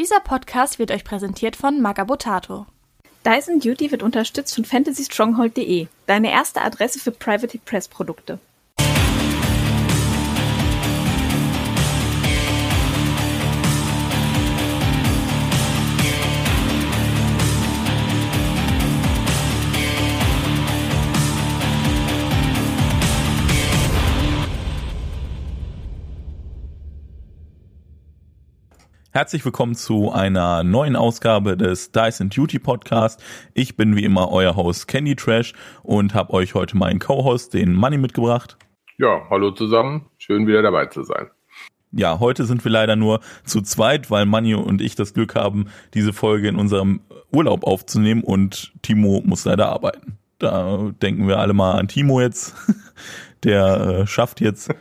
Dieser Podcast wird euch präsentiert von Magabotato. Dyson Duty wird unterstützt von fantasystronghold.de, deine erste Adresse für Private Press Produkte. Herzlich willkommen zu einer neuen Ausgabe des Dyson Duty Podcast. Ich bin wie immer euer Host Candy Trash und habe euch heute meinen Co-Host, den Manni, mitgebracht. Ja, hallo zusammen. Schön wieder dabei zu sein. Ja, heute sind wir leider nur zu zweit, weil Manni und ich das Glück haben, diese Folge in unserem Urlaub aufzunehmen und Timo muss leider arbeiten. Da denken wir alle mal an Timo jetzt. Der schafft jetzt.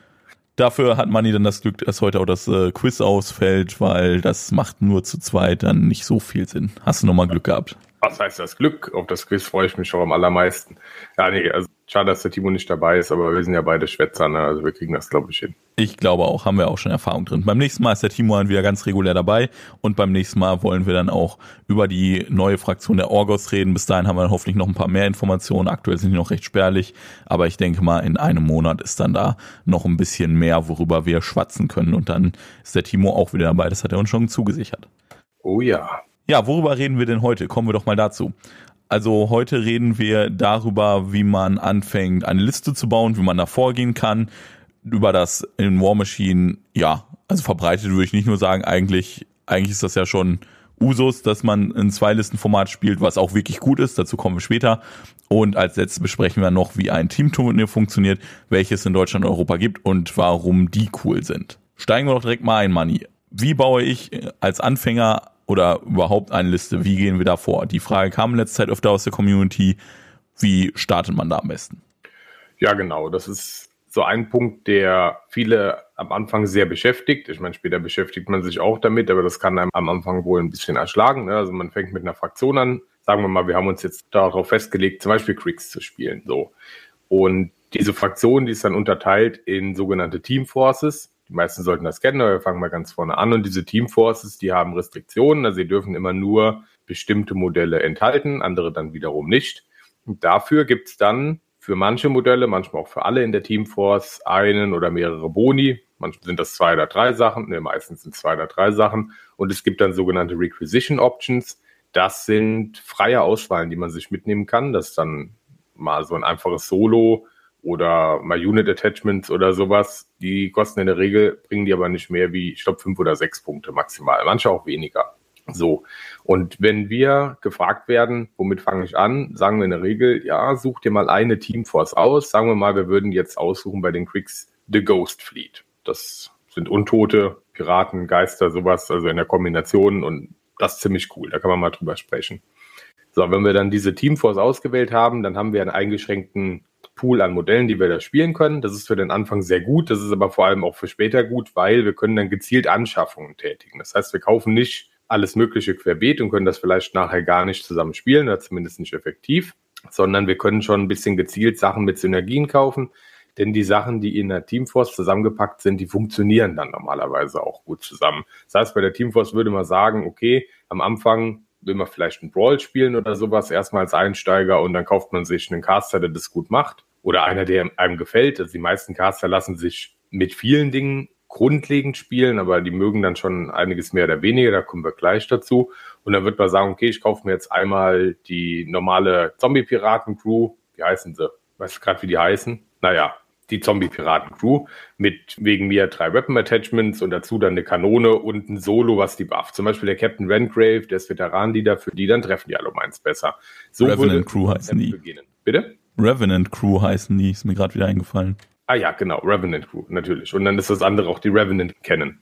Dafür hat Manni dann das Glück, dass heute auch das Quiz ausfällt, weil das macht nur zu zweit dann nicht so viel Sinn. Hast du nochmal Glück gehabt? Was heißt das Glück? Auf das Quiz freue ich mich schon am allermeisten. Ja, nee, also schade, dass der Timo nicht dabei ist, aber wir sind ja beide Schwätzer, ne? Also wir kriegen das, glaube ich, hin. Ich glaube auch, haben wir auch schon Erfahrung drin. Beim nächsten Mal ist der Timo dann wieder ganz regulär dabei und beim nächsten Mal wollen wir dann auch über die neue Fraktion der Orgos reden. Bis dahin haben wir dann hoffentlich noch ein paar mehr Informationen. Aktuell sind die noch recht spärlich, aber ich denke mal, in einem Monat ist dann da noch ein bisschen mehr, worüber wir schwatzen können und dann ist der Timo auch wieder dabei. Das hat er uns schon zugesichert. Oh ja. Ja, worüber reden wir denn heute? Kommen wir doch mal dazu. Also heute reden wir darüber, wie man anfängt, eine Liste zu bauen, wie man da vorgehen kann. Über das in War Machine, ja, also verbreitet würde ich nicht nur sagen, eigentlich ist das ja schon Usus, dass man ein Zwei-Listen-Format spielt, was auch wirklich gut ist, dazu kommen wir später. Und als letztes besprechen wir noch, wie ein Teamturnier funktioniert, welches es in Deutschland und Europa gibt und warum die cool sind. Steigen wir doch direkt mal ein, Manni. Wie baue ich als Anfänger oder überhaupt eine Liste? Wie gehen wir da vor? Die Frage kam in letzter Zeit öfter aus der Community. Wie startet man da am besten? Ja, genau. Das ist so ein Punkt, der viele am Anfang sehr beschäftigt. Ich meine, später beschäftigt man sich auch damit, aber das kann einem am Anfang wohl ein bisschen erschlagen. Also man fängt mit einer Fraktion an. Sagen wir mal, wir haben uns jetzt darauf festgelegt, zum Beispiel Kriegs zu spielen. So. Und diese Fraktion, die ist dann unterteilt in sogenannte Team Forces. Die meisten sollten das kennen, aber wir fangen mal ganz vorne an. Und diese Team Forces, die haben Restriktionen. Also sie dürfen immer nur bestimmte Modelle enthalten, andere dann wiederum nicht. Und dafür gibt es dann für manche Modelle, manchmal auch für alle in der Team Force, einen oder mehrere Boni. Manchmal sind das 2 oder 3 Sachen, meistens sind es 2 oder 3 Sachen. Und es gibt dann sogenannte Requisition Options. Das sind freie Auswahlen, die man sich mitnehmen kann. Das ist dann mal so ein einfaches Solo oder mal Unit Attachments oder sowas. Die kosten in der Regel, bringen die aber nicht mehr wie, ich glaube, 5 oder 6 Punkte maximal. Manche auch weniger. So. Und wenn wir gefragt werden, womit fange ich an, sagen wir in der Regel, ja, such dir mal eine Teamforce aus. Sagen wir mal, wir würden jetzt aussuchen bei den Kriegs The Ghost Fleet. Das sind Untote, Piraten, Geister, sowas, also in der Kombination und das ist ziemlich cool. Da kann man mal drüber sprechen. So, wenn wir dann diese Teamforce ausgewählt haben, dann haben wir einen eingeschränkten Pool an Modellen, die wir da spielen können. Das ist für den Anfang sehr gut, das ist aber vor allem auch für später gut, weil wir können dann gezielt Anschaffungen tätigen. Das heißt, wir kaufen nicht alles mögliche querbeet und können das vielleicht nachher gar nicht zusammen spielen oder zumindest nicht effektiv, sondern wir können schon ein bisschen gezielt Sachen mit Synergien kaufen, denn die Sachen, die in der Teamforce zusammengepackt sind, die funktionieren dann normalerweise auch gut zusammen. Das heißt, bei der Teamforce würde man sagen, okay, am Anfang will man vielleicht einen Brawl spielen oder sowas, erstmal als Einsteiger und dann kauft man sich einen Caster, der das gut macht oder einer, der einem gefällt. Also die meisten Caster lassen sich mit vielen Dingen grundlegend spielen, aber die mögen dann schon einiges mehr oder weniger, da kommen wir gleich dazu. Und dann wird man sagen, okay, ich kaufe mir jetzt einmal die normale Zombie-Piraten-Crew, wie heißen sie? Weißt du gerade, wie die heißen? Naja, die Zombie-Piraten-Crew mit wegen mir 3 Weapon-Attachments und dazu dann eine Kanone und ein Solo, was die bufft. Zum Beispiel der Captain Rengrave, der ist Veteran-Leader, für die dann treffen die alle um eins besser. So Revenant Crew heißen die. Beginnen. Bitte? Revenant Crew heißen die, ist mir gerade wieder eingefallen. Ah ja, genau, Revenant Crew, natürlich. Und dann ist das andere auch die Revenant kennen.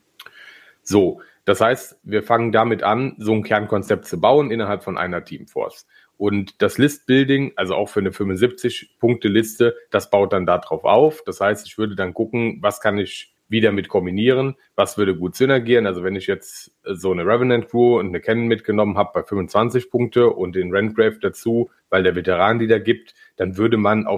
So, das heißt, wir fangen damit an, so ein Kernkonzept zu bauen innerhalb von einer Teamforce. Und das List-Building, also auch für eine 75-Punkte-Liste, das baut dann darauf auf. Das heißt, ich würde dann gucken, was kann ich wieder mit kombinieren, was würde gut synergieren. Also wenn ich jetzt so eine Revenant Crew und eine Cannon mitgenommen habe bei 25 Punkte und den Rengrave dazu, weil der Veteran die da gibt, dann würde man auf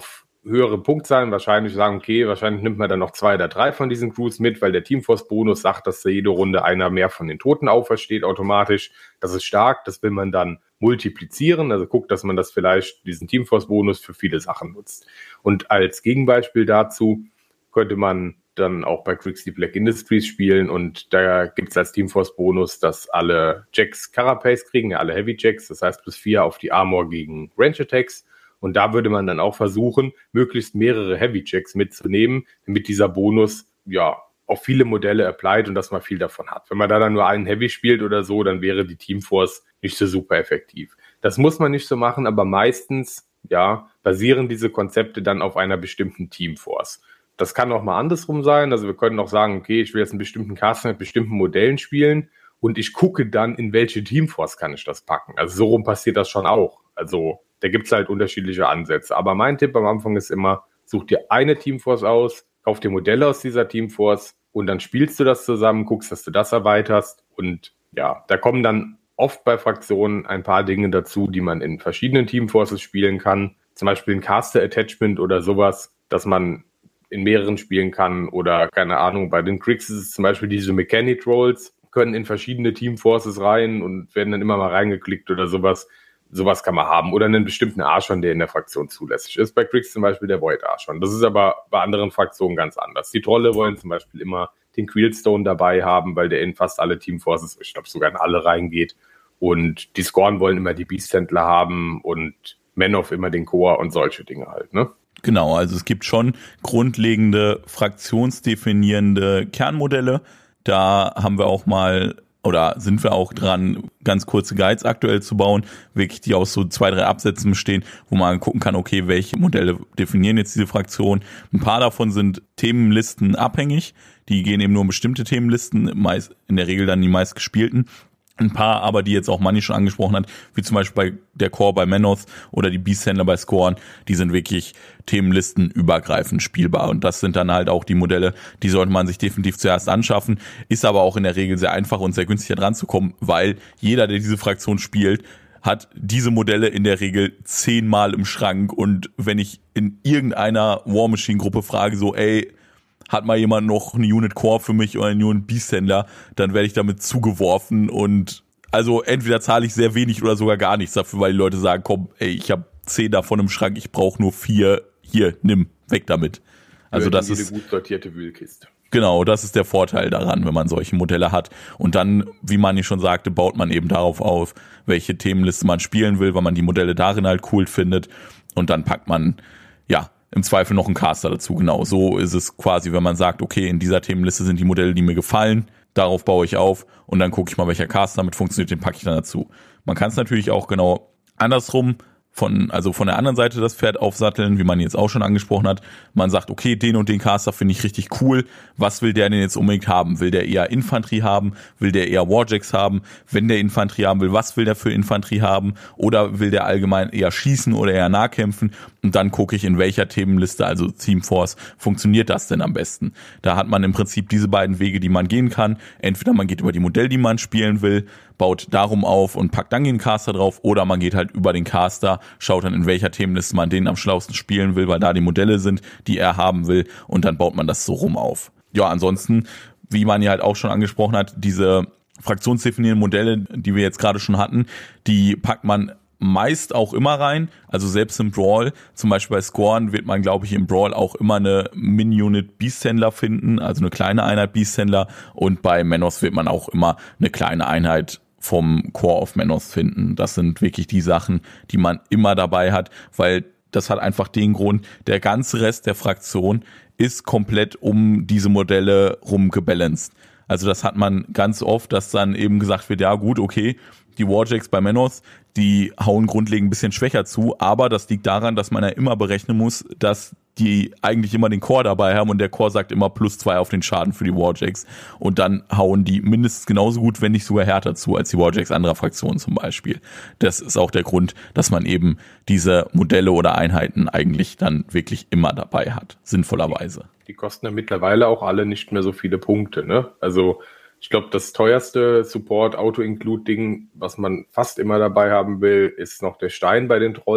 höhere Punktzahlen wahrscheinlich sagen, okay, wahrscheinlich nimmt man dann noch 2 oder 3 von diesen Crews mit, weil der Teamforce-Bonus sagt, dass jede Runde einer mehr von den Toten aufersteht automatisch. Das ist stark, das will man dann multiplizieren, also guckt, dass man das vielleicht, diesen Teamforce-Bonus für viele Sachen nutzt. Und als Gegenbeispiel dazu könnte man dann auch bei Grixis Black Industries spielen und da gibt es als Teamforce-Bonus, dass alle Jacks Carapace kriegen, ja alle Heavy Jacks, das heißt +4 auf die Armor gegen Range Attacks. Und da würde man dann auch versuchen, möglichst mehrere Heavy Checks mitzunehmen, damit dieser Bonus ja auf viele Modelle applied und dass man viel davon hat. Wenn man da dann nur einen Heavy spielt oder so, dann wäre die Teamforce nicht so super effektiv. Das muss man nicht so machen, aber meistens ja basieren diese Konzepte dann auf einer bestimmten Teamforce. Das kann auch mal andersrum sein. Also wir können auch sagen, okay, ich will jetzt einen bestimmten Caster mit bestimmten Modellen spielen und ich gucke dann, in welche Teamforce kann ich das packen. Also so rum passiert das schon auch. Also da gibt es halt unterschiedliche Ansätze. Aber mein Tipp am Anfang ist immer, such dir eine Teamforce aus, kauf dir Modelle aus dieser Teamforce und dann spielst du das zusammen, guckst, dass du das erweiterst. Und ja, da kommen dann oft bei Fraktionen ein paar Dinge dazu, die man in verschiedenen Teamforces spielen kann. Zum Beispiel ein Caster-Attachment oder sowas, dass man in mehreren spielen kann. Oder, keine Ahnung, bei den Grixis ist es zum Beispiel diese Mechanic Rolls, können in verschiedene Teamforces rein und werden dann immer mal reingeklickt oder sowas. Sowas kann man haben. Oder einen bestimmten Archon, der in der Fraktion zulässig ist. Bei Grix zum Beispiel der Void Archon. Das ist aber bei anderen Fraktionen ganz anders. Die Trolle wollen zum Beispiel immer den Quillstone dabei haben, weil der in fast alle Teamforces, ich glaube sogar in alle reingeht. Und die Scorn wollen immer die Beast-Händler haben und Menoth immer den Core und solche Dinge halt, ne? Genau, also es gibt schon grundlegende fraktionsdefinierende Kernmodelle. Da haben wir auch mal oder sind wir auch dran, ganz kurze Guides aktuell zu bauen, wirklich die aus so 2, 3 Absätzen bestehen, wo man gucken kann, okay, welche Modelle definieren jetzt diese Fraktion. Ein paar davon sind Themenlisten abhängig, die gehen eben nur um bestimmte Themenlisten, meist in der Regel dann die meistgespielten. Ein paar aber, die jetzt auch Manni schon angesprochen hat, wie zum Beispiel bei der Core bei Menoth oder die Beast-Händler bei Scorn, die sind wirklich themenlistenübergreifend spielbar. Und das sind dann halt auch die Modelle, die sollte man sich definitiv zuerst anschaffen. Ist aber auch in der Regel sehr einfach und sehr günstig dran zu kommen, weil jeder, der diese Fraktion spielt, hat diese Modelle in der Regel 10-mal im Schrank. Und wenn ich in irgendeiner War Machine Gruppe frage, so, ey, hat mal jemand noch eine Unit Core für mich oder einen Unit Beast-Händler, dann werde ich damit zugeworfen und also entweder zahle ich sehr wenig oder sogar gar nichts dafür, weil die Leute sagen, komm, ey, ich habe 10 davon im Schrank, ich brauche nur 4, hier, nimm, weg damit. Also das ist eine gut sortierte Wühlkiste. Genau, das ist der Vorteil daran, wenn man solche Modelle hat. Und dann, wie Manni schon sagte, baut man eben darauf auf, welche Themenliste man spielen will, weil man die Modelle darin halt cool findet und dann packt man, ja, im Zweifel noch ein Caster dazu, genau. So ist es quasi, wenn man sagt, okay, in dieser Themenliste sind die Modelle, die mir gefallen, darauf baue ich auf und dann gucke ich mal, welcher Caster damit funktioniert, den packe ich dann dazu. Man kann es natürlich auch genau andersrum von der anderen Seite das Pferd aufsatteln, wie man jetzt auch schon angesprochen hat. Man sagt, okay, den und den Caster finde ich richtig cool. Was will der denn jetzt unbedingt haben? Will der eher Infanterie haben? Will der eher Warjacks haben? Wenn der Infanterie haben will, was will der für Infanterie haben? Oder will der allgemein eher schießen oder eher nahkämpfen? Und dann gucke ich, in welcher Themenliste, also Teamforce, funktioniert das denn am besten? Da hat man im Prinzip diese beiden Wege, die man gehen kann. Entweder man geht über die Modelle, die man spielen will, baut darum auf und packt dann den Caster drauf, oder man geht halt über den Caster, schaut dann, in welcher Themenliste man den am schlausten spielen will, weil da die Modelle sind, die er haben will, und dann baut man das so rum auf. Ja, ansonsten, wie man ja halt auch schon angesprochen hat, diese fraktionsdefinierenden Modelle, die wir jetzt gerade schon hatten, die packt man meist auch immer rein, also selbst im Brawl, zum Beispiel bei Scorn wird man, glaube ich, im Brawl auch immer eine Min-Unit Beast-Händler finden, also eine kleine Einheit Beast-Händler, und bei Menoth wird man auch immer eine kleine Einheit vom Core of Menoth finden. Das sind wirklich die Sachen, die man immer dabei hat, weil das hat einfach den Grund, der ganze Rest der Fraktion ist komplett um diese Modelle rum gebalanced. Also das hat man ganz oft, dass dann eben gesagt wird, ja gut, okay, die Warjacks bei Menoth, die hauen grundlegend ein bisschen schwächer zu, aber das liegt daran, dass man ja immer berechnen muss, dass die eigentlich immer den Core dabei haben und der Core sagt immer +2 auf den Schaden für die Warjacks, und dann hauen die mindestens genauso gut, wenn nicht sogar härter zu als die Warjacks anderer Fraktionen zum Beispiel. Das ist auch der Grund, dass man eben diese Modelle oder Einheiten eigentlich dann wirklich immer dabei hat, sinnvollerweise. Die kosten ja mittlerweile auch alle nicht mehr so viele Punkte, ne? Also ich glaube, das teuerste Support-Auto-Include-Ding, was man fast immer dabei haben will, ist noch der Stein bei den Trollen.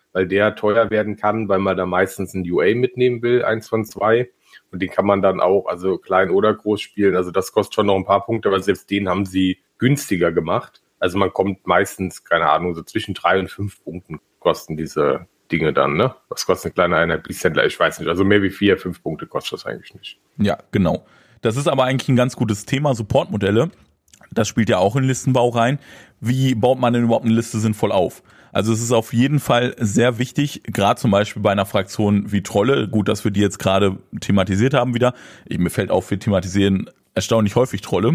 weil der teuer werden kann, weil man da meistens ein UA mitnehmen will, 1 von 2. Und den kann man dann auch, also klein oder groß spielen. Also das kostet schon noch ein paar Punkte, aber selbst den haben sie günstiger gemacht. Also man kommt meistens, keine Ahnung, so zwischen 3 und 5 Punkten kosten diese Dinge dann, ne? Was kostet eine kleine Einheit Beast Händler? Ich weiß nicht. Also mehr wie 4, 5 Punkte kostet das eigentlich nicht. Ja, genau. Das ist aber eigentlich ein ganz gutes Thema, Supportmodelle. Das spielt ja auch in Listenbau rein. Wie baut man denn überhaupt eine Liste sinnvoll auf? Also es ist auf jeden Fall sehr wichtig, gerade zum Beispiel bei einer Fraktion wie Trolle, gut, dass wir die jetzt gerade thematisiert haben wieder. Mir fällt auf, wir thematisieren erstaunlich häufig Trolle.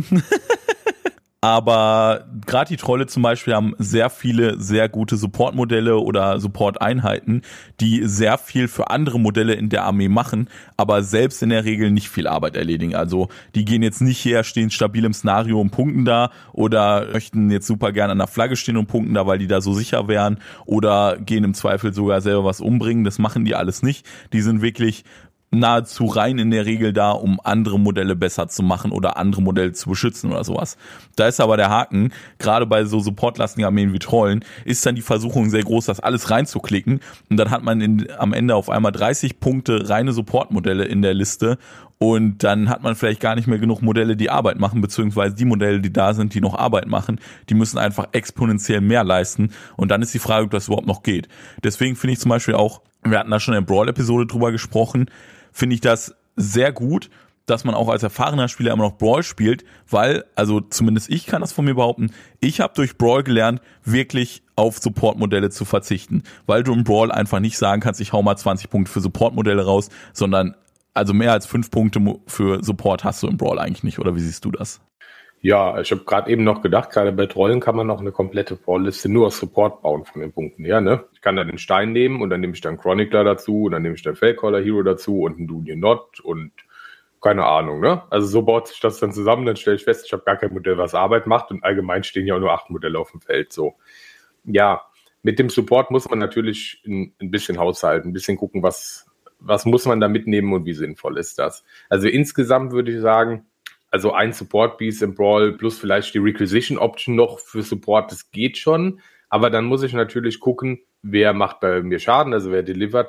Aber gerade die Trolle zum Beispiel haben sehr viele sehr gute Support-Modelle oder Support-Einheiten, die sehr viel für andere Modelle in der Armee machen, aber selbst in der Regel nicht viel Arbeit erledigen. Also die gehen jetzt nicht her, stehen stabil im Szenario und punkten da oder möchten jetzt super gerne an der Flagge stehen und punkten da, weil die da so sicher wären oder gehen im Zweifel sogar selber was umbringen. Das machen die alles nicht. Die sind wirklich nahezu rein in der Regel da, um andere Modelle besser zu machen oder andere Modelle zu beschützen oder sowas. Da ist aber der Haken, gerade bei so supportlastigen Armeen wie Trollen, ist dann die Versuchung sehr groß, das alles reinzuklicken und dann hat man am Ende auf einmal 30 Punkte reine Supportmodelle in der Liste und dann hat man vielleicht gar nicht mehr genug Modelle, die Arbeit machen, beziehungsweise die Modelle, die da sind, die noch Arbeit machen, die müssen einfach exponentiell mehr leisten und dann ist die Frage, ob das überhaupt noch geht. Deswegen finde ich zum Beispiel auch, wir hatten da schon in der Brawl-Episode drüber gesprochen, finde ich das sehr gut, dass man auch als erfahrener Spieler immer noch Brawl spielt, weil, also zumindest ich kann das von mir behaupten, ich habe durch Brawl gelernt, wirklich auf Supportmodelle zu verzichten, weil du im Brawl einfach nicht sagen kannst, ich hau mal 20 Punkte für Supportmodelle raus, sondern also mehr als 5 Punkte für Support hast du im Brawl eigentlich nicht, oder wie siehst du das? Ja, ich habe gerade eben noch gedacht, gerade bei Trollen kann man noch eine komplette Brawl-Liste nur aus Support bauen von den Punkten her, ne? Ich kann da den Stein nehmen und dann nehme ich dann Chronicler dazu und dann nehme ich dann Fellcaller Hero dazu und einen Dunier Not und keine Ahnung, ne? Also so baut sich das dann zusammen, dann stelle ich fest, ich habe gar kein Modell, was Arbeit macht und allgemein stehen ja auch nur 8 Modelle auf dem Feld, so. Ja, mit dem Support muss man natürlich ein bisschen haushalten, ein bisschen gucken, was muss man da mitnehmen und wie sinnvoll ist das. Also insgesamt würde ich sagen, also ein Support-Piece im Brawl plus vielleicht die Requisition-Option noch für Support, das geht schon. Aber dann muss ich natürlich gucken, wer macht bei mir Schaden, also wer delivert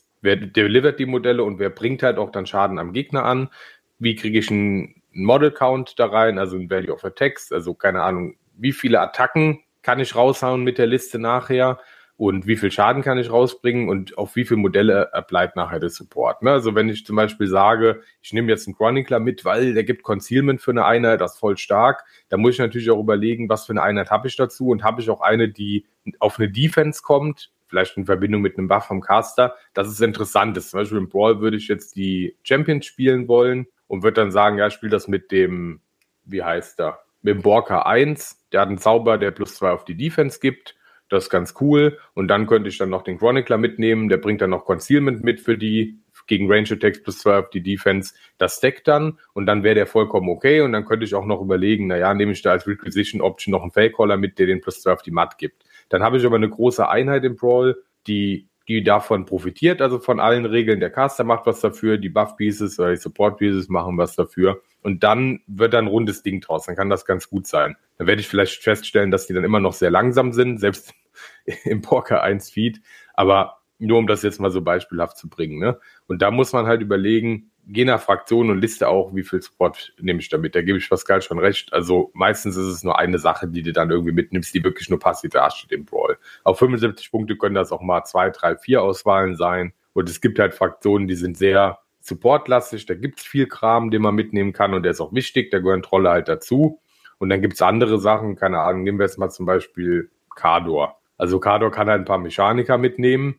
die Modelle und wer bringt halt auch dann Schaden am Gegner an. Wie kriege ich einen Model-Count da rein, also ein Value of Attacks, also keine Ahnung, wie viele Attacken kann ich raushauen mit der Liste nachher und wie viel Schaden kann ich rausbringen und auf wie viele Modelle bleibt nachher der Support. Ne? Also wenn ich zum Beispiel sage, ich nehme jetzt einen Chronicler mit, weil der gibt Concealment für eine Einheit, das ist voll stark, dann muss ich natürlich auch überlegen, was für eine Einheit habe ich dazu und habe ich auch eine, die auf eine Defense kommt, vielleicht in Verbindung mit einem Buff vom Caster, das ist interessant. Zum Beispiel im Brawl würde ich jetzt die Champions spielen wollen und würde dann sagen, ja, ich spiele das mit dem, wie heißt der, mit dem Borka 1, der hat einen Zauber, der +2 auf die Defense gibt. Das ist ganz cool. Und dann könnte ich dann noch den Chronicler mitnehmen. Der bringt dann noch Concealment mit für die, gegen Range Attacks +2 auf die Defense. Das stackt dann. Und dann wäre der vollkommen okay. Und dann könnte ich auch noch überlegen, naja, nehme ich da als Requisition Option noch einen Fellcaller mit, der den +2 auf die Matt gibt. Dann habe ich aber eine große Einheit im Brawl, die davon profitiert, also von allen Regeln. Der Caster macht was dafür, die Buff-Pieces oder die Support-Pieces machen was dafür. Und dann wird da ein rundes Ding draus. Dann kann das ganz gut sein. Dann werde ich vielleicht feststellen, dass die dann immer noch sehr langsam sind, selbst im Borka 1 Feed. Aber nur um das jetzt mal so beispielhaft zu bringen. Ne? Und da muss man halt überlegen, je nach Fraktion und Liste auch, wie viel Support nehme ich damit. Da gebe ich Pascal schon recht. Also meistens ist es nur eine Sache, die du dann irgendwie mitnimmst, die wirklich nur passiv dasteht im Brawl. Auf 75 Punkte können das auch mal 2, 3, 4 Auswahlen sein. Und es gibt halt Fraktionen, die sind sehr supportlastig. Da gibt es viel Kram, den man mitnehmen kann und der ist auch wichtig. Da gehören Trolle halt dazu. Und dann gibt es andere Sachen, keine Ahnung, nehmen wir jetzt mal zum Beispiel Khador. Also Khador kann halt ein paar Mechaniker mitnehmen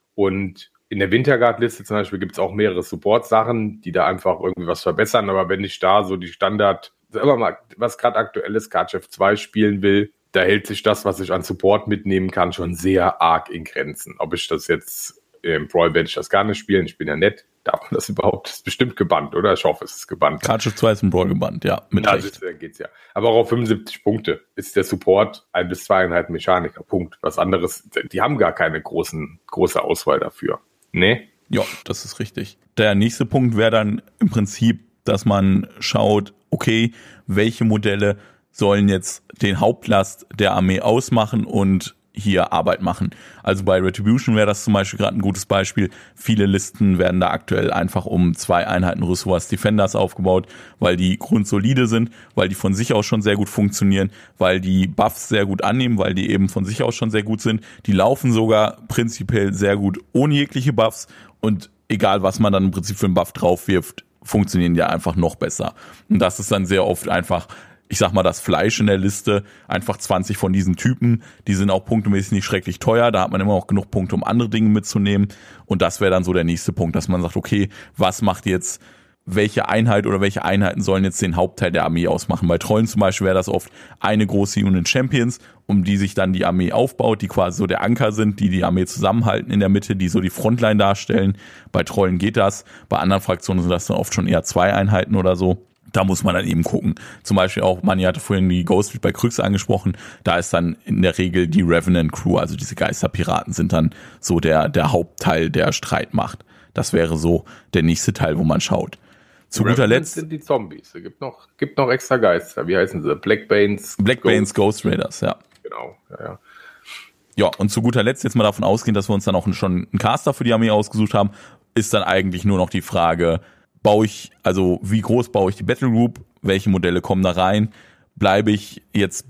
und in der Winterguard-Liste zum Beispiel gibt es auch mehrere Support-Sachen, die da einfach irgendwie was verbessern. Aber wenn ich da so die Standard, immer mal, was gerade aktuell ist, Cardchef 2 spielen will, da hält sich das, was ich an Support mitnehmen kann, schon sehr arg in Grenzen. Ob ich das jetzt im Brawl werde ich das gar nicht spielen. Ich bin ja nett. Darf man das überhaupt? Das ist bestimmt gebannt, oder? Ich hoffe, es ist gebannt. Cardchef 2 ist im Brawl gebannt, ja. Mit Recht. Dann geht's ja. Aber auch auf 75 Punkte ist der Support 1 bis 2 Einheiten Mechaniker. Punkt. Was anderes, die haben gar keine große Auswahl dafür. Nee? Ja, das ist richtig. Der nächste Punkt wäre dann im Prinzip, dass man schaut, okay, welche Modelle sollen jetzt den Hauptlast der Armee ausmachen und hier Arbeit machen. Also bei Retribution wäre das zum Beispiel gerade ein gutes Beispiel. Viele Listen werden da aktuell einfach um 2 Einheiten Ressource Defenders aufgebaut, weil die grundsolide sind, weil die von sich aus schon sehr gut funktionieren, weil die Buffs sehr gut annehmen, weil die eben von sich aus schon sehr gut sind. Die laufen sogar prinzipiell sehr gut ohne jegliche Buffs und egal was man dann im Prinzip für einen Buff drauf wirft, funktionieren die einfach noch besser. Und das ist dann sehr oft einfach, ich sag mal, das Fleisch in der Liste, einfach 20 von diesen Typen, die sind auch punktemäßig nicht schrecklich teuer, da hat man immer noch genug Punkte, um andere Dinge mitzunehmen und das wäre dann so der nächste Punkt, dass man sagt, okay, was macht jetzt welche Einheit oder welche Einheiten sollen jetzt den Hauptteil der Armee ausmachen. Bei Trollen zum Beispiel wäre das oft eine große Unit Champions, um die sich dann die Armee aufbaut, die quasi so der Anker sind, die Armee zusammenhalten in der Mitte, die so die Frontline darstellen. Bei Trollen geht das, bei anderen Fraktionen sind das dann oft schon eher 2 Einheiten oder so. Da muss man dann eben gucken. Zum Beispiel auch, Manni hatte vorhin die Ghost Fleet bei Kryx angesprochen, da ist dann in der Regel die Revenant Crew, also diese Geisterpiraten sind dann so der Hauptteil der Streitmacht. Das wäre so der nächste Teil, wo man schaut. Zu guter Letzt sind die Zombies. Es gibt noch extra Geister. Wie heißen sie? Blackbanes, Ghost Raiders, ja. Genau, ja. Ja, und zu guter Letzt, jetzt mal davon ausgehen, dass wir uns dann auch schon einen Caster für die Armee ausgesucht haben, ist dann eigentlich nur noch die Frage, wie groß baue ich die Battle Group? Welche Modelle kommen da rein? Bleibe ich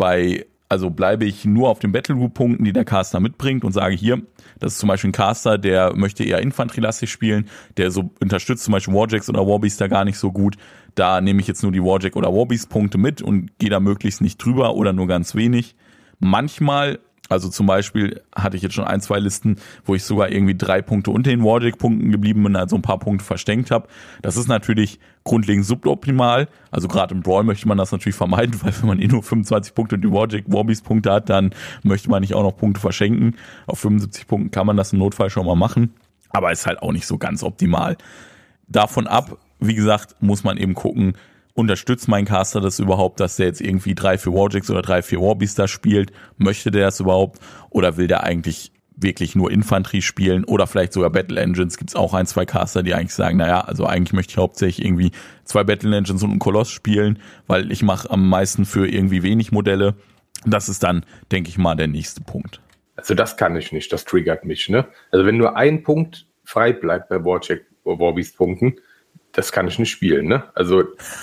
nur auf den Battle Group Punkten, die der Caster mitbringt und sage hier, das ist zum Beispiel ein Caster, der möchte eher infanterielastig spielen, der so unterstützt zum Beispiel Warjacks oder Warbeasts da gar nicht so gut. Da nehme ich jetzt nur die Warjack oder Warbeast Punkte mit und gehe da möglichst nicht drüber oder nur ganz wenig. Manchmal, also zum Beispiel hatte ich jetzt schon 1, 2 Listen, wo ich sogar irgendwie 3 Punkte unter den Warjack-Punkten geblieben bin, also ein paar Punkte versenkt habe. Das ist natürlich grundlegend suboptimal. Also gerade im Brawl möchte man das natürlich vermeiden, weil wenn man nur 25 Punkte und die Warbeast-Punkte hat, dann möchte man nicht auch noch Punkte verschenken. Auf 75 Punkten kann man das im Notfall schon mal machen, aber ist halt auch nicht so ganz optimal. Davon ab, wie gesagt, muss man eben gucken, unterstützt mein Caster das überhaupt, dass der jetzt irgendwie 3, 4 Warjacks oder 3, 4 Warbeasts da spielt? Möchte der das überhaupt? Oder will der eigentlich wirklich nur Infanterie spielen? Oder vielleicht sogar Battle Engines? Gibt's auch 1, 2 Caster, die eigentlich sagen, naja, also eigentlich möchte ich hauptsächlich irgendwie 2 Battle Engines und einen Koloss spielen, weil ich mache am meisten für irgendwie wenig Modelle. Das ist dann, denke ich mal, der nächste Punkt. Also das kann ich nicht, das triggert mich, ne? Also wenn nur ein Punkt frei bleibt bei Warjack oder Warbeast-Punkten, das kann ich nicht spielen, ne? Also,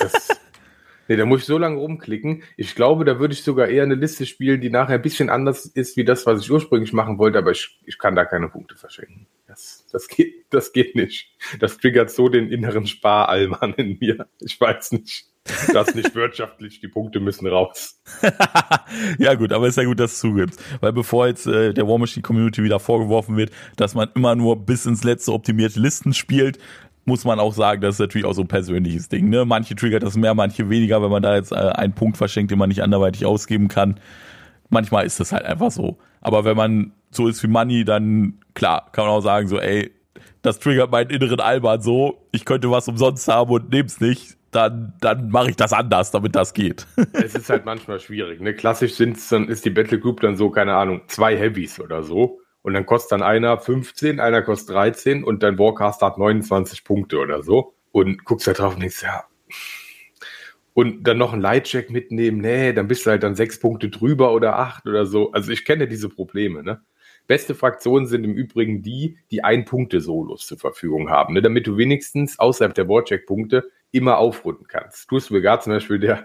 da muss ich so lange rumklicken. Ich glaube, da würde ich sogar eher eine Liste spielen, die nachher ein bisschen anders ist, wie das, was ich ursprünglich machen wollte, aber ich kann da keine Punkte verschenken. Das geht nicht. Das triggert so den inneren Sparalman in mir. Ich weiß nicht. Das nicht wirtschaftlich, die Punkte müssen raus. Ja gut, aber ist ja gut, dass du zugibst. Weil bevor jetzt der War Machine Community wieder vorgeworfen wird, dass man immer nur bis ins Letzte optimierte Listen spielt, muss man auch sagen, das ist natürlich auch so ein persönliches Ding. Ne? Manche triggert das mehr, manche weniger, wenn man da jetzt einen Punkt verschenkt, den man nicht anderweitig ausgeben kann. Manchmal ist das halt einfach so. Aber wenn man so ist wie Manni, dann klar, kann man auch sagen so, ey, das triggert meinen inneren Alban so, ich könnte was umsonst haben und nehm's nicht, dann mache ich das anders, damit das geht. Es ist halt manchmal schwierig. Ne? Klassisch ist die Battle Group dann so, keine Ahnung, 2 Heavies oder so. Und dann kostet dann einer 15, einer kostet 13 und dein Warcaster hat 29 Punkte oder so. Und guckst da drauf und denkst, ja. Und dann noch einen Lightcheck mitnehmen, nee, dann bist du halt dann 6 Punkte drüber oder 8 oder so. Also ich kenne diese Probleme, ne? Beste Fraktionen sind im Übrigen die 1-Punkte-Solos zur Verfügung haben, ne? Damit du wenigstens außerhalb der Warcheck-Punkte immer aufrunden kannst. Tust du gar zum Beispiel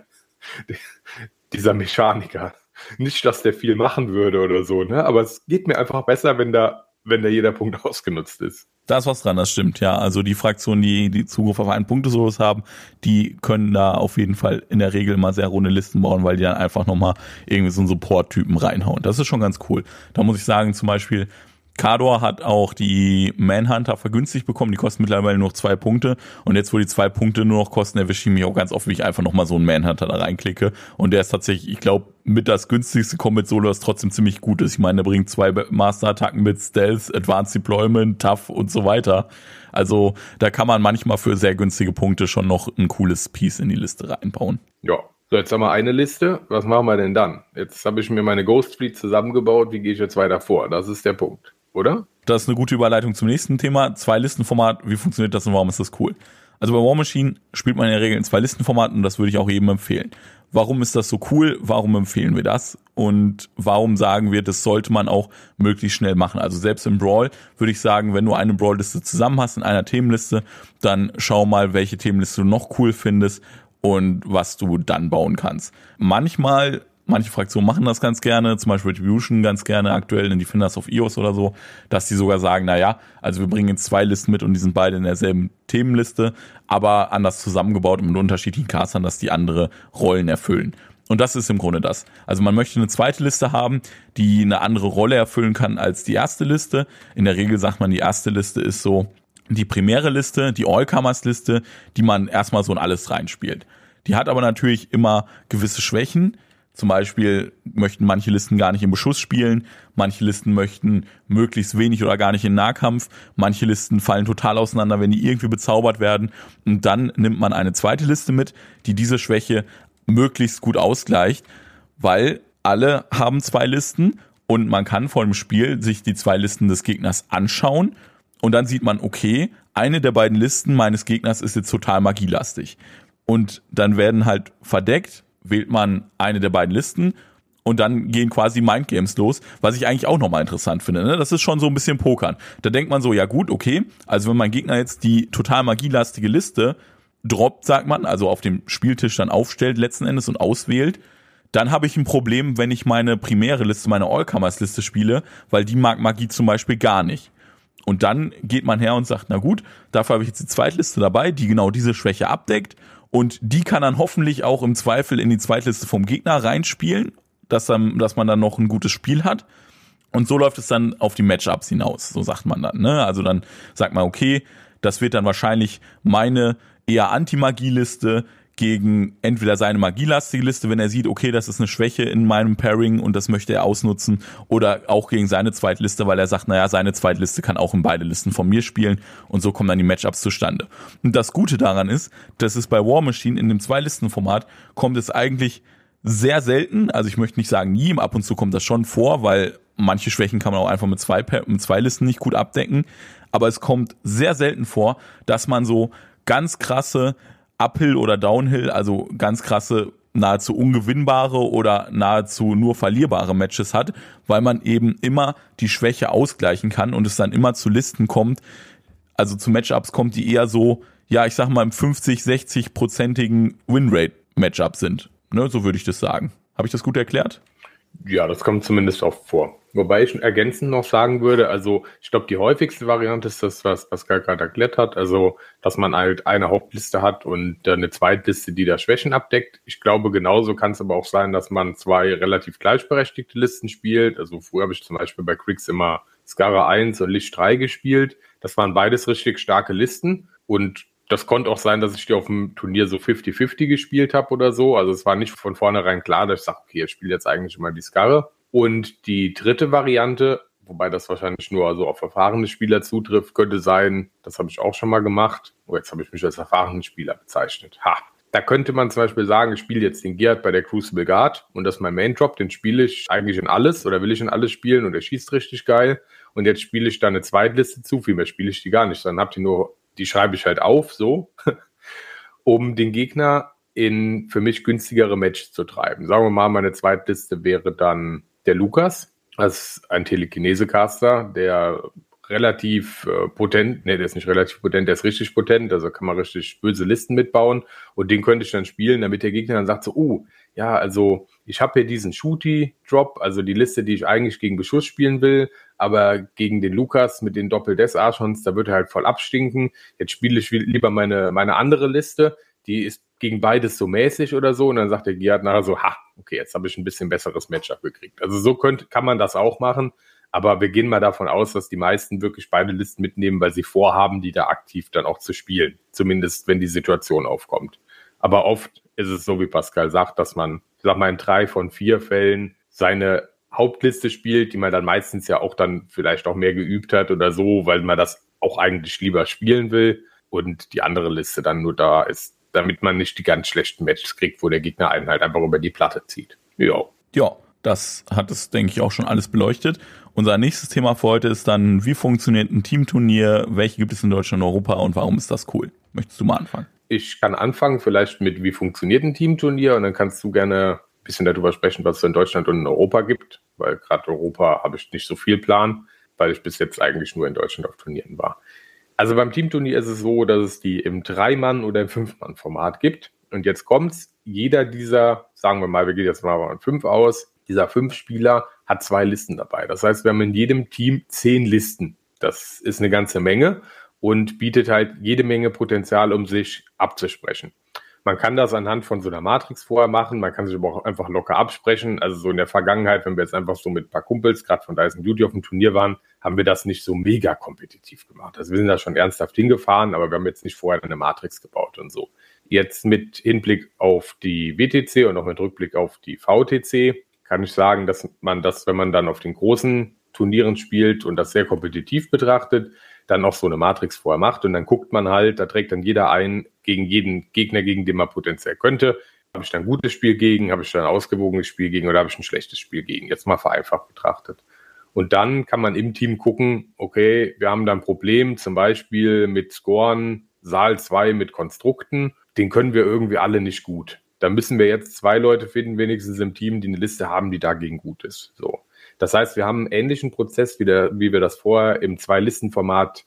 dieser Mechaniker. Nicht, dass der viel machen würde oder so, ne? Aber es geht mir einfach besser, wenn da jeder Punkt ausgenutzt ist. Da ist was dran, das stimmt, ja. Also die Fraktionen, die Zugriff auf 1-Punkte-Solos haben, die können da auf jeden Fall in der Regel mal sehr runde Listen bauen, weil die dann einfach nochmal irgendwie so einen Support-Typen reinhauen. Das ist schon ganz cool. Da muss ich sagen, zum Beispiel Kador hat auch die Manhunter vergünstigt bekommen, die kosten mittlerweile nur noch 2 Punkte und jetzt, wo die 2 Punkte nur noch kosten, erwische ich mich auch ganz oft, wie ich einfach nochmal so einen Manhunter da reinklicke und der ist tatsächlich, ich glaube, mit das günstigste Combat Solo, das trotzdem ziemlich gut ist. Ich meine, der bringt 2 Master-Attacken mit Stealth, Advanced Deployment, Tough und so weiter. Also da kann man manchmal für sehr günstige Punkte schon noch ein cooles Piece in die Liste reinbauen. Ja. So, jetzt haben wir eine Liste. Was machen wir denn dann? Jetzt habe ich mir meine Ghost Fleet zusammengebaut. Wie gehe ich jetzt weiter vor? Das ist der Punkt, oder? Das ist eine gute Überleitung zum nächsten Thema. 2-Listen-Format, wie funktioniert das und warum ist das cool? Also bei War Machine spielt man in der Regel in 2 Listenformaten und das würde ich auch jedem empfehlen. Warum ist das so cool? Warum empfehlen wir das? Und warum sagen wir, das sollte man auch möglichst schnell machen? Also selbst im Brawl würde ich sagen, wenn du eine Brawl-Liste zusammen hast in einer Themenliste, dann schau mal, welche Themenliste du noch cool findest und was du dann bauen kannst. Manche Fraktionen machen das ganz gerne, zum Beispiel Retribution ganz gerne aktuell in Defenders of EOS oder so, dass die sogar sagen, also wir bringen jetzt 2 Listen mit und die sind beide in derselben Themenliste, aber anders zusammengebaut und mit unterschiedlichen Castern, dass die andere Rollen erfüllen. Und das ist im Grunde das. Also man möchte eine zweite Liste haben, die eine andere Rolle erfüllen kann als die erste Liste. In der Regel sagt man, die erste Liste ist so die primäre Liste, die All-Comers-Liste, die man erstmal so in alles reinspielt. Die hat aber natürlich immer gewisse Schwächen. Zum Beispiel möchten manche Listen gar nicht im Beschuss spielen, manche Listen möchten möglichst wenig oder gar nicht in Nahkampf, manche Listen fallen total auseinander, wenn die irgendwie bezaubert werden. Und dann nimmt man eine zweite Liste mit, die diese Schwäche möglichst gut ausgleicht, weil alle haben 2 Listen und man kann vor dem Spiel sich die 2 Listen des Gegners anschauen und dann sieht man, okay, eine der beiden Listen meines Gegners ist jetzt total magielastig. Und dann werden halt verdeckt, wählt man eine der beiden Listen und dann gehen quasi Mindgames los, was ich eigentlich auch nochmal interessant finde. Ne? Das ist schon so ein bisschen Pokern. Da denkt man so, ja gut, okay, also wenn mein Gegner jetzt die total magielastige Liste droppt, sagt man, also auf dem Spieltisch dann aufstellt letzten Endes und auswählt, dann habe ich ein Problem, wenn ich meine primäre Liste, meine All-Comers-Liste spiele, weil die mag Magie zum Beispiel gar nicht. Und dann geht man her und sagt, na gut, dafür habe ich jetzt die Zweitliste dabei, die genau diese Schwäche abdeckt und die kann dann hoffentlich auch im Zweifel in die Zweitliste vom Gegner reinspielen, dass man dann noch ein gutes Spiel hat. Und so läuft es dann auf die Matchups hinaus, so sagt man dann. Ne? Also dann sagt man, okay, das wird dann wahrscheinlich meine eher Anti-Magie-Liste gegen entweder seine magielastige Liste, wenn er sieht, okay, das ist eine Schwäche in meinem Pairing und das möchte er ausnutzen, oder auch gegen seine Zweitliste, weil er sagt, naja, seine Zweitliste kann auch in beide Listen von mir spielen und so kommen dann die Matchups zustande. Und das Gute daran ist, dass es bei War Machine in dem Zwei-Listen-Format kommt es eigentlich sehr selten, also ich möchte nicht sagen nie, ab und zu kommt das schon vor, weil manche Schwächen kann man auch einfach mit zwei Listen nicht gut abdecken, aber es kommt sehr selten vor, dass man so ganz krasse Uphill oder Downhill, also ganz krasse, nahezu ungewinnbare oder nahezu nur verlierbare Matches hat, weil man eben immer die Schwäche ausgleichen kann und es dann immer zu Listen kommt, also zu Matchups kommt, die eher so, ja, ich sag mal im 50-60-prozentigen Winrate-Matchup sind. Ne, so würde ich das sagen. Habe ich das gut erklärt? Ja, das kommt zumindest oft vor. Wobei ich ergänzend noch sagen würde, also ich glaube, die häufigste Variante ist das, was Pascal gerade erklärt hat, also dass man halt eine Hauptliste hat und eine Zweitliste, die da Schwächen abdeckt. Ich glaube, genauso kann es aber auch sein, dass man 2 relativ gleichberechtigte Listen spielt. Also früher habe ich zum Beispiel bei Grixis immer Skara 1 und Lich 3 gespielt. Das waren beides richtig starke Listen und das konnte auch sein, dass ich die auf dem Turnier so 50-50 gespielt habe oder so. Also es war nicht von vornherein klar, dass ich sage, okay, ich spiele jetzt eigentlich immer die Skara. Und die dritte Variante, wobei das wahrscheinlich nur so auf erfahrene Spieler zutrifft, könnte sein, das habe ich auch schon mal gemacht. Oh, jetzt habe ich mich als erfahrenen Spieler bezeichnet. Da könnte man zum Beispiel sagen, ich spiele jetzt den Geard bei der Crucible Guard und das ist mein Main Drop, den spiele ich eigentlich in alles oder will ich in alles spielen und der schießt richtig geil. Und jetzt spiele ich da eine Zweitliste zu, viel mehr spiele ich die gar nicht. Dann habt ihr nur, die schreibe ich halt auf, so, um den Gegner in für mich günstigere Matches zu treiben. Sagen wir mal, meine Zweitliste wäre dann der Lukas, das ist ein Telekinese-Caster, der relativ potent, der ist nicht relativ potent, der ist richtig potent, also kann man richtig böse Listen mitbauen und den könnte ich dann spielen, damit der Gegner dann sagt so, ja, also ich habe hier diesen Shooty-Drop, also die Liste, die ich eigentlich gegen Beschuss spielen will, aber gegen den Lukas mit den Doppel-Death-Archons, da wird er halt voll abstinken, jetzt spiele ich lieber meine andere Liste, die ist gegen beides so mäßig oder so und dann sagt der Geard nachher so, okay, jetzt habe ich ein bisschen besseres Matchup gekriegt. Also so kann man das auch machen, aber wir gehen mal davon aus, dass die meisten wirklich beide Listen mitnehmen, weil sie vorhaben, die da aktiv dann auch zu spielen, zumindest wenn die Situation aufkommt. Aber oft ist es so, wie Pascal sagt, dass man, ich sag mal, in 3 von 4 Fällen seine Hauptliste spielt, die man dann meistens ja auch dann vielleicht auch mehr geübt hat oder so, weil man das auch eigentlich lieber spielen will und die andere Liste dann nur da ist, damit man nicht die ganz schlechten Matches kriegt, wo der Gegner einen halt einfach über die Platte zieht. Ja, das hat es, denke ich, auch schon alles beleuchtet. Unser nächstes Thema für heute ist dann, wie funktioniert ein Teamturnier, welche gibt es in Deutschland und Europa und warum ist das cool? Möchtest du mal anfangen? Ich kann anfangen vielleicht mit, wie funktioniert ein Teamturnier, und dann kannst du gerne ein bisschen darüber sprechen, was es in Deutschland und in Europa gibt, weil gerade Europa habe ich nicht so viel Plan, weil ich bis jetzt eigentlich nur in Deutschland auf Turnieren war. Also beim Teamturnier ist es so, dass es die im 3-Mann- oder im 5-Mann-Format gibt. Und jetzt kommt's, jeder dieser, sagen wir mal, wir gehen jetzt mal von 5 aus, dieser 5 Spieler hat 2 Listen dabei. Das heißt, wir haben in jedem Team 10 Listen. Das ist eine ganze Menge und bietet halt jede Menge Potenzial, um sich abzusprechen. Man kann das anhand von so einer Matrix vorher machen, man kann sich aber auch einfach locker absprechen. Also so in der Vergangenheit, wenn wir jetzt einfach so mit ein paar Kumpels, gerade von Dyson Duty auf dem Turnier waren, haben wir das nicht so mega kompetitiv gemacht. Also wir sind da schon ernsthaft hingefahren, aber wir haben jetzt nicht vorher eine Matrix gebaut und so. Jetzt mit Hinblick auf die WTC und auch mit Rückblick auf die VTC kann ich sagen, dass man das, wenn man dann auf den großen Turnieren spielt und das sehr kompetitiv betrachtet, dann auch so eine Matrix vorher macht und dann guckt man halt, da trägt dann jeder ein gegen jeden Gegner, gegen den man potenziell könnte. Habe ich dann ein gutes Spiel gegen, habe ich dann ein ausgewogenes Spiel gegen oder habe ich ein schlechtes Spiel gegen? Jetzt mal vereinfacht betrachtet. Und dann kann man im Team gucken, okay, wir haben da ein Problem, zum Beispiel mit Scoren, Saal 2 mit Konstrukten, den können wir irgendwie alle nicht gut. Da müssen wir jetzt 2 Leute finden, wenigstens im Team, die eine Liste haben, die dagegen gut ist. So. Das heißt, wir haben einen ähnlichen Prozess, wie wir das vorher im 2-Listen-Format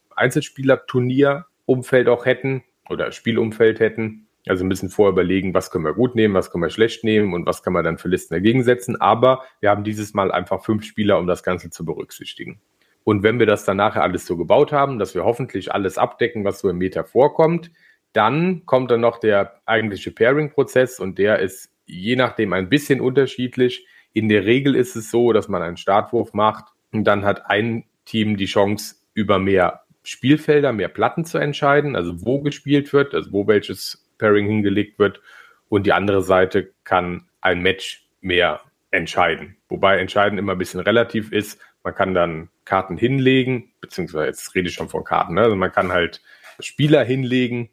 Einzelspieler-Turnier-Umfeld auch hätten oder Spielumfeld hätten. Also müssen vorher überlegen, was können wir gut nehmen, was können wir schlecht nehmen und was kann man dann für Listen dagegen setzen. Aber wir haben dieses Mal einfach 5 Spieler, um das Ganze zu berücksichtigen. Und wenn wir das dann nachher alles so gebaut haben, dass wir hoffentlich alles abdecken, was so im Meta vorkommt, dann kommt dann noch der eigentliche Pairing-Prozess und der ist je nachdem ein bisschen unterschiedlich. In der Regel ist es so, dass man einen Startwurf macht und dann hat ein Team die Chance, über mehr Spielfelder, mehr Platten zu entscheiden, also wo gespielt wird, also wo welches Pairing hingelegt wird, und die andere Seite kann ein Match mehr entscheiden. Wobei entscheiden immer ein bisschen relativ ist. Man kann dann Karten hinlegen, beziehungsweise jetzt rede ich schon von Karten, ne? Also man kann halt Spieler hinlegen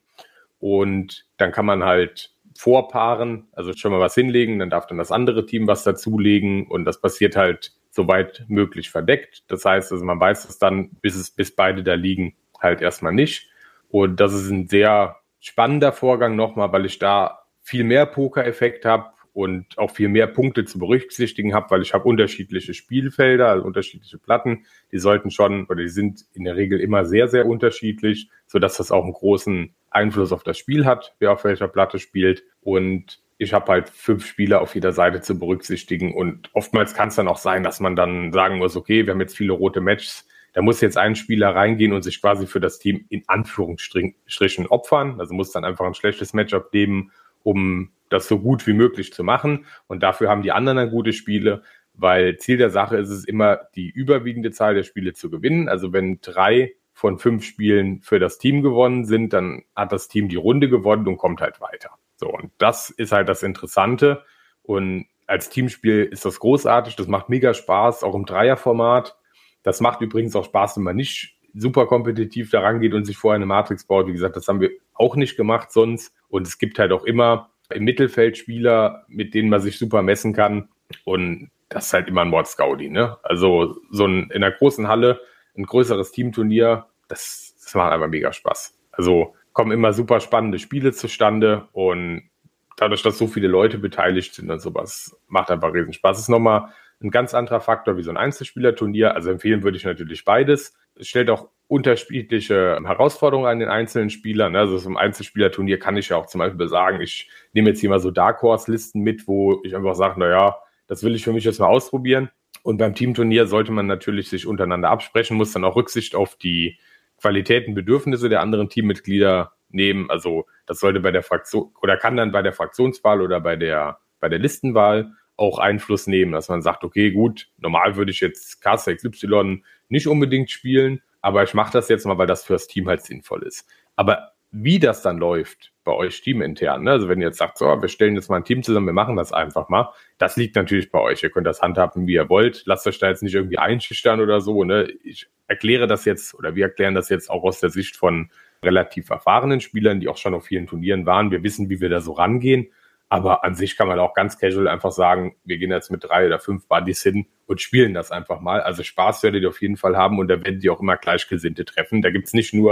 und dann kann man halt vorpaaren, also schon mal was hinlegen, dann darf dann das andere Team was dazulegen und das passiert halt soweit möglich verdeckt. Das heißt, also man weiß es dann, bis beide da liegen, halt erstmal nicht. Und das ist ein sehr spannender Vorgang nochmal, weil ich da viel mehr Poker-Effekt habe und auch viel mehr Punkte zu berücksichtigen habe, weil ich habe unterschiedliche Spielfelder, also unterschiedliche Platten. Die sollten schon, oder die sind in der Regel immer sehr, sehr unterschiedlich, sodass das auch einen großen Einfluss auf das Spiel hat, wer auf welcher Platte spielt. Und ich habe halt 5 Spieler auf jeder Seite zu berücksichtigen. Und oftmals kann es dann auch sein, dass man dann sagen muss, okay, wir haben jetzt viele rote Matches, da muss jetzt ein Spieler reingehen und sich quasi für das Team in Anführungsstrichen opfern. Also muss dann einfach ein schlechtes Matchup nehmen, um das so gut wie möglich zu machen. Und dafür haben die anderen dann gute Spiele, weil Ziel der Sache ist es immer, die überwiegende Zahl der Spiele zu gewinnen. Also wenn 3 von 5 Spielen für das Team gewonnen sind, dann hat das Team die Runde gewonnen und kommt halt weiter. So, und das ist halt das Interessante. Und als Teamspiel ist das großartig, das macht mega Spaß, auch im Dreierformat. Das macht übrigens auch Spaß, wenn man nicht super kompetitiv da rangeht und sich vorher eine Matrix baut. Wie gesagt, das haben wir auch nicht gemacht sonst. Und es gibt halt auch immer im Mittelfeld Spieler, mit denen man sich super messen kann. Und das ist halt immer ein Mordsgaudi, ne? Also so in einer großen Halle, ein größeres Teamturnier, das macht einfach mega Spaß. Also kommen immer super spannende Spiele zustande und dadurch, dass so viele Leute beteiligt sind und sowas, macht einfach riesen Spaß. Das ist nochmal ein ganz anderer Faktor wie so ein Einzelspielerturnier. Also empfehlen würde ich natürlich beides. Es stellt auch unterschiedliche Herausforderungen an den einzelnen Spielern. Also so ein Einzelspielerturnier kann ich ja auch zum Beispiel sagen, ich nehme jetzt hier mal so Dark Horse-Listen mit, wo ich einfach sage, naja, das will ich für mich jetzt mal ausprobieren. Und beim Teamturnier sollte man natürlich sich untereinander absprechen, muss dann auch Rücksicht auf die Qualitäten, Bedürfnisse der anderen Teammitglieder nehmen. Also das sollte bei der Fraktion oder kann dann bei der Fraktionswahl oder bei der Listenwahl auch Einfluss nehmen, dass man sagt, okay, gut, normal würde ich jetzt Caster XY nicht unbedingt spielen, aber ich mache das jetzt mal, weil das fürs Team halt sinnvoll ist. Aber wie das dann läuft bei euch teamintern, ne? Also wenn ihr jetzt sagt, so, wir stellen jetzt mal ein Team zusammen, wir machen das einfach mal, das liegt natürlich bei euch. Ihr könnt das handhaben, wie ihr wollt. Lasst euch da jetzt nicht irgendwie einschüchtern oder so, ne? Ich erkläre das jetzt oder wir erklären das jetzt auch aus der Sicht von relativ erfahrenen Spielern, die auch schon auf vielen Turnieren waren. Wir wissen, wie wir da so rangehen. Aber an sich kann man auch ganz casual einfach sagen, wir gehen jetzt mit 3 oder 5 Buddies hin und spielen das einfach mal. Also Spaß werdet ihr auf jeden Fall haben und da werdet ihr auch immer Gleichgesinnte treffen. Da gibt's nicht nur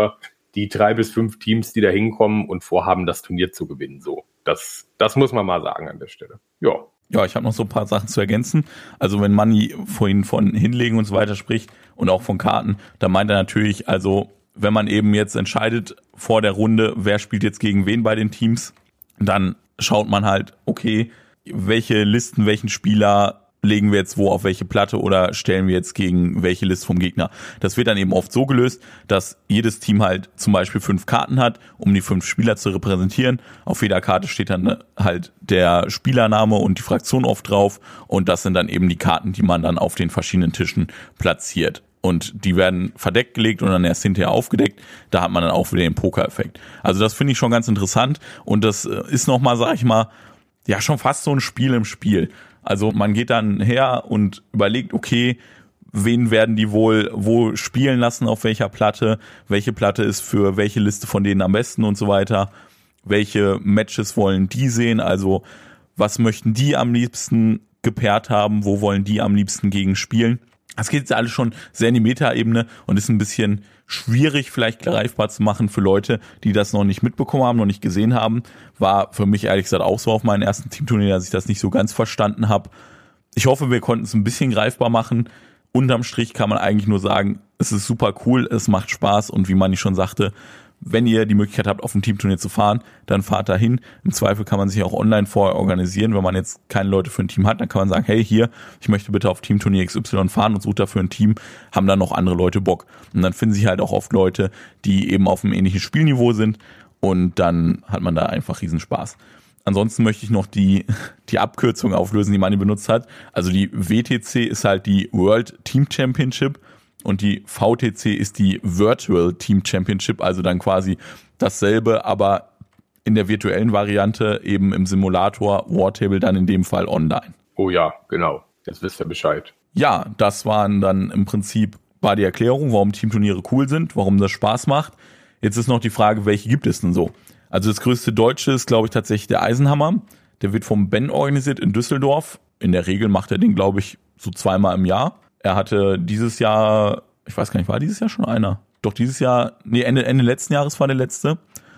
die 3 bis 5 Teams, die da hinkommen und vorhaben, das Turnier zu gewinnen. So, das muss man mal sagen an der Stelle. Ja. Ja, ich habe noch so ein paar Sachen zu ergänzen. Also wenn Manni vorhin von Hinlegen und so weiter spricht und auch von Karten, da meint er natürlich, also wenn man eben jetzt entscheidet vor der Runde, wer spielt jetzt gegen wen bei den Teams, dann schaut man halt, okay, welche Listen, welchen Spieler legen wir jetzt wo auf welche Platte oder stellen wir jetzt gegen welche Liste vom Gegner. Das wird dann eben oft so gelöst, dass jedes Team halt zum Beispiel 5 Karten hat, um die 5 Spieler zu repräsentieren. Auf jeder Karte steht dann halt der Spielername und die Fraktion oft drauf und das sind dann eben die Karten, die man dann auf den verschiedenen Tischen platziert. Und die werden verdeckt gelegt und dann erst hinterher aufgedeckt. Da hat man dann auch wieder den Poker-Effekt. Also das finde ich schon ganz interessant und das ist nochmal, sag ich mal, ja schon fast so ein Spiel im Spiel. Also man geht dann her und überlegt, okay, wen werden die wohl wo spielen lassen, auf welcher Platte, welche Platte ist für welche Liste von denen am besten und so weiter, welche Matches wollen die sehen, also was möchten die am liebsten gepaart haben, wo wollen die am liebsten gegen spielen. Das geht jetzt alles schon sehr in die Meta-Ebene und ist ein bisschen schwierig vielleicht greifbar zu machen für Leute, die das noch nicht mitbekommen haben, noch nicht gesehen haben. War für mich ehrlich gesagt auch so auf meinem ersten Teamturnier, dass ich das nicht so ganz verstanden habe. Ich hoffe, wir konnten es ein bisschen greifbar machen. Unterm Strich kann man eigentlich nur sagen, es ist super cool, es macht Spaß und wie Manni schon sagte, wenn ihr die Möglichkeit habt, auf ein Teamturnier zu fahren, dann fahrt dahin. Im Zweifel kann man sich auch online vorher organisieren. Wenn man jetzt keine Leute für ein Team hat, dann kann man sagen, hey, hier, ich möchte bitte auf Teamturnier XY fahren und sucht dafür ein Team, haben dann noch andere Leute Bock. Und dann finden sich halt auch oft Leute, die eben auf einem ähnlichen Spielniveau sind und dann hat man da einfach Riesenspaß. Ansonsten möchte ich noch die Abkürzung auflösen, die Manni benutzt hat. Also die WTC ist halt die World Team Championship. Und die VTC ist die Virtual Team Championship, also dann quasi dasselbe, aber in der virtuellen Variante eben im Simulator, Wartable dann in dem Fall online. Oh ja, genau. Jetzt wisst ihr Bescheid. Ja, das waren dann im Prinzip war die Erklärung, warum Teamturniere cool sind, warum das Spaß macht. Jetzt ist noch die Frage, welche gibt es denn so? Also das größte Deutsche ist, glaube ich, tatsächlich der Eisenhammer. Der wird vom Ben organisiert in Düsseldorf. In der Regel macht er den, glaube ich, so 2-mal im Jahr. Er hatte dieses Jahr, ich weiß gar nicht, war dieses Jahr schon einer? Doch dieses Jahr, Ende letzten Jahres war der letzte.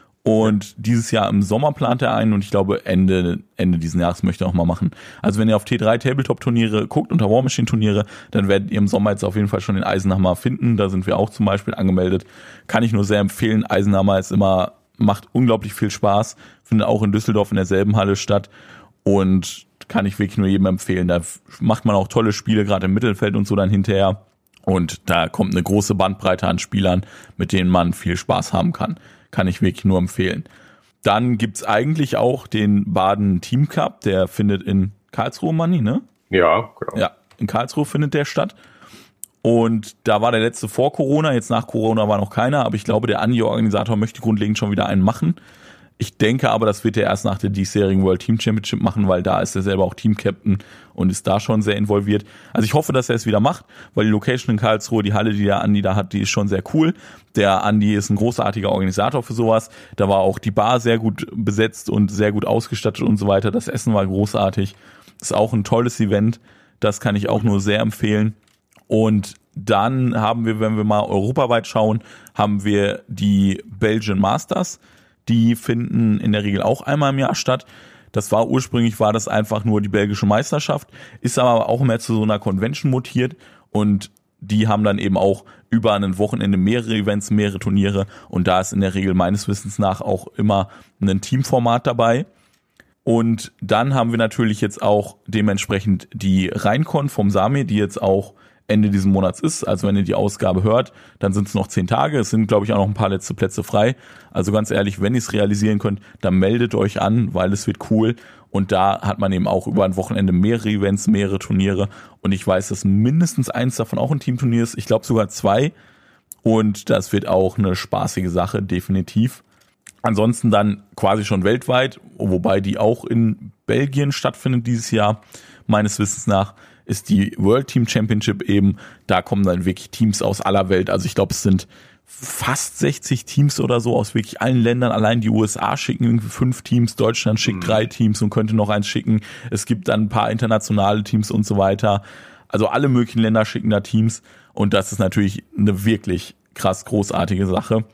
Und dieses Jahr im Sommer plant er einen und ich glaube Ende diesen Jahres möchte er auch mal machen. Also wenn ihr auf T3 Tabletop-Turniere guckt, unter War Machine-Turniere, dann werdet ihr im Sommer jetzt auf jeden Fall schon den Eisenhammer finden. Da sind wir auch zum Beispiel angemeldet. Kann ich nur sehr empfehlen. Eisenhammer macht unglaublich viel Spaß. Findet auch in Düsseldorf in derselben Halle statt. Und kann ich wirklich nur jedem empfehlen. Da macht man auch tolle Spiele, gerade im Mittelfeld und so dann hinterher. Und da kommt eine große Bandbreite an Spielern, mit denen man viel Spaß haben kann. Kann ich wirklich nur empfehlen. Dann gibt's eigentlich auch den Baden Team Cup, der findet in Karlsruhe, Manni, ne? Ja, genau. Ja, in Karlsruhe findet der statt. Und da war der letzte vor Corona, jetzt nach Corona war noch keiner, aber ich glaube, der Andi-Organisator möchte grundlegend schon wieder einen machen. Ich denke aber, das wird er erst nach der diesjährigen World Team Championship machen, weil da ist er selber auch Team-Captain und ist da schon sehr involviert. Also ich hoffe, dass er es wieder macht, weil die Location in Karlsruhe, die Halle, die der Andi da hat, die ist schon sehr cool. Der Andi ist ein großartiger Organisator für sowas. Da war auch die Bar sehr gut besetzt und sehr gut ausgestattet und so weiter. Das Essen war großartig. Ist auch ein tolles Event. Das kann ich auch nur sehr empfehlen. Und dann haben wir, wenn wir mal europaweit schauen, haben wir die Belgian Masters. Die finden in der Regel auch einmal im Jahr statt. Ursprünglich war das einfach nur die belgische Meisterschaft, ist aber auch mehr zu so einer Convention mutiert und die haben dann eben auch über ein Wochenende mehrere Events, mehrere Turniere und da ist in der Regel meines Wissens nach auch immer ein Teamformat dabei. Und dann haben wir natürlich jetzt auch dementsprechend die Rheincon vom Sami, die jetzt auch Ende dieses Monats ist. Also wenn ihr die Ausgabe hört, dann sind es noch 10 Tage. Es sind, glaube ich, auch noch ein paar letzte Plätze frei. Also ganz ehrlich, wenn ihr es realisieren könnt, dann meldet euch an, weil es wird cool. Und da hat man eben auch über ein Wochenende mehrere Events, mehrere Turniere. Und ich weiß, dass mindestens eins davon auch ein Teamturnier ist. Ich glaube sogar 2. Und das wird auch eine spaßige Sache, definitiv. Ansonsten dann quasi schon weltweit, wobei die auch in Belgien stattfindet dieses Jahr, meines Wissens nach, ist die World Team Championship eben, da kommen dann wirklich Teams aus aller Welt. Also ich glaube, es sind fast 60 Teams oder so aus wirklich allen Ländern. Allein die USA schicken irgendwie 5 Teams, Deutschland schickt 3 Teams und könnte noch eins schicken. Es gibt dann ein paar internationale Teams und so weiter. Also alle möglichen Länder schicken da Teams und das ist natürlich eine wirklich krass großartige Sache.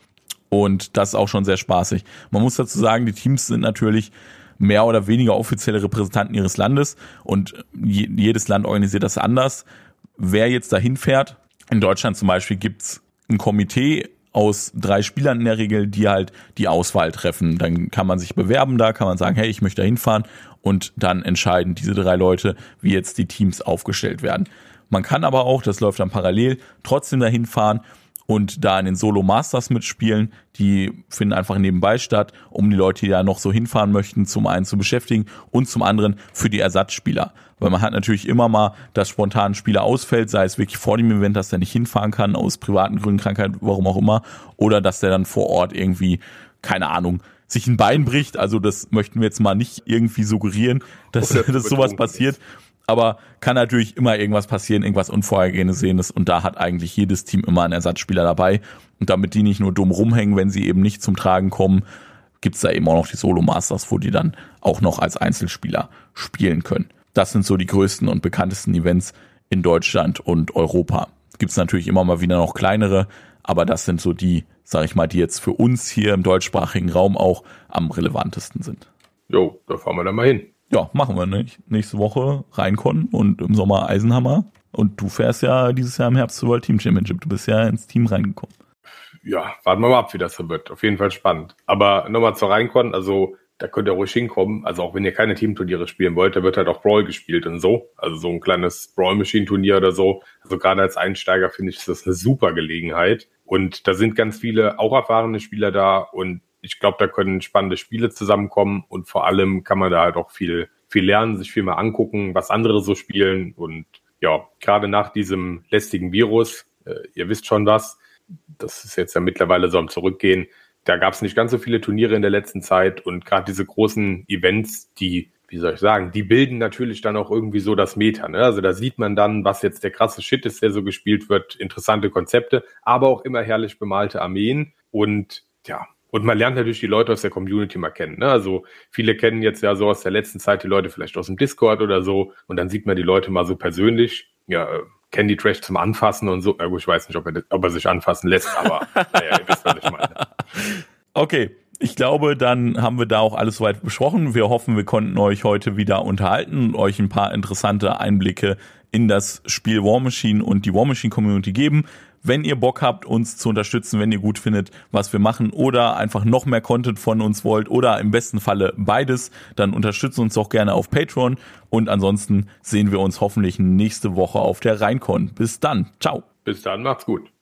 Und das ist auch schon sehr spaßig. Man muss dazu sagen, die Teams sind natürlich mehr oder weniger offizielle Repräsentanten ihres Landes und jedes Land organisiert das anders. Wer jetzt dahin fährt, in Deutschland zum Beispiel gibt's ein Komitee aus 3 Spielern in der Regel, die halt die Auswahl treffen. Dann kann man sich bewerben, da kann man sagen, hey, ich möchte da hinfahren und dann entscheiden diese 3 Leute, wie jetzt die Teams aufgestellt werden. Man kann aber auch, das läuft dann parallel, trotzdem dahin fahren und da in den Solo Masters mitspielen. Die finden einfach nebenbei statt, um die Leute, die da noch so hinfahren möchten, zum einen zu beschäftigen und zum anderen für die Ersatzspieler. Weil man hat natürlich immer mal, dass spontan ein Spieler ausfällt, sei es wirklich vor dem Event, dass der nicht hinfahren kann, aus privaten Gründen, Krankheit, warum auch immer, oder dass der dann vor Ort irgendwie, keine Ahnung, sich ein Bein bricht. Also das möchten wir jetzt mal nicht irgendwie suggerieren, dass sowas passiert. Aber kann natürlich immer irgendwas passieren, irgendwas Unvorhergesehenes und da hat eigentlich jedes Team immer einen Ersatzspieler dabei. Und damit die nicht nur dumm rumhängen, wenn sie eben nicht zum Tragen kommen, gibt's da eben auch noch die Solo Masters, wo die dann auch noch als Einzelspieler spielen können. Das sind so die größten und bekanntesten Events in Deutschland und Europa. Gibt's natürlich immer mal wieder noch kleinere, aber das sind so die, sag ich mal, die jetzt für uns hier im deutschsprachigen Raum auch am relevantesten sind. Jo, da fahren wir dann mal hin. Ja, machen wir nicht. Nächste Woche Rheinkon und im Sommer Eisenhammer. Und du fährst ja dieses Jahr im Herbst zur World Team Championship. Du bist ja ins Team reingekommen. Ja, warten wir mal ab, wie das so wird. Auf jeden Fall spannend. Aber nochmal zur Rheinkon, also da könnt ihr ruhig hinkommen. Also auch wenn ihr keine Teamturniere spielen wollt, da wird halt auch Brawl gespielt und so. Also so ein kleines Brawl-Machine-Turnier oder so. Also gerade als Einsteiger finde ich das eine super Gelegenheit. Und da sind ganz viele auch erfahrene Spieler da und ich glaube, da können spannende Spiele zusammenkommen und vor allem kann man da halt auch viel lernen, sich viel mal angucken, was andere so spielen und ja, gerade nach diesem lästigen Virus, ihr wisst schon was, das ist jetzt ja mittlerweile so am Zurückgehen, da gab es nicht ganz so viele Turniere in der letzten Zeit und gerade diese großen Events, die, wie soll ich sagen, die bilden natürlich dann auch irgendwie so das Meta, ne? Also da sieht man dann, was jetzt der krasse Shit ist, der so gespielt wird, interessante Konzepte, aber auch immer herrlich bemalte Armeen und ja, und man lernt natürlich die Leute aus der Community mal kennen. Ne? Also viele kennen jetzt ja so aus der letzten Zeit die Leute vielleicht aus dem Discord oder so. Und dann sieht man die Leute mal so persönlich. Ja, Candy Trash zum Anfassen und so. Ja gut, ich weiß nicht, ob er sich anfassen lässt, aber naja, ihr wisst, was ich meine. Okay, ich glaube, dann haben wir da auch alles soweit besprochen. Wir hoffen, wir konnten euch heute wieder unterhalten und euch ein paar interessante Einblicke in das Spiel War Machine und die War Machine Community geben. Wenn ihr Bock habt, uns zu unterstützen, wenn ihr gut findet, was wir machen oder einfach noch mehr Content von uns wollt oder im besten Falle beides, dann unterstützt uns doch gerne auf Patreon und ansonsten sehen wir uns hoffentlich nächste Woche auf der Rheinkon. Bis dann. Ciao. Bis dann, macht's gut.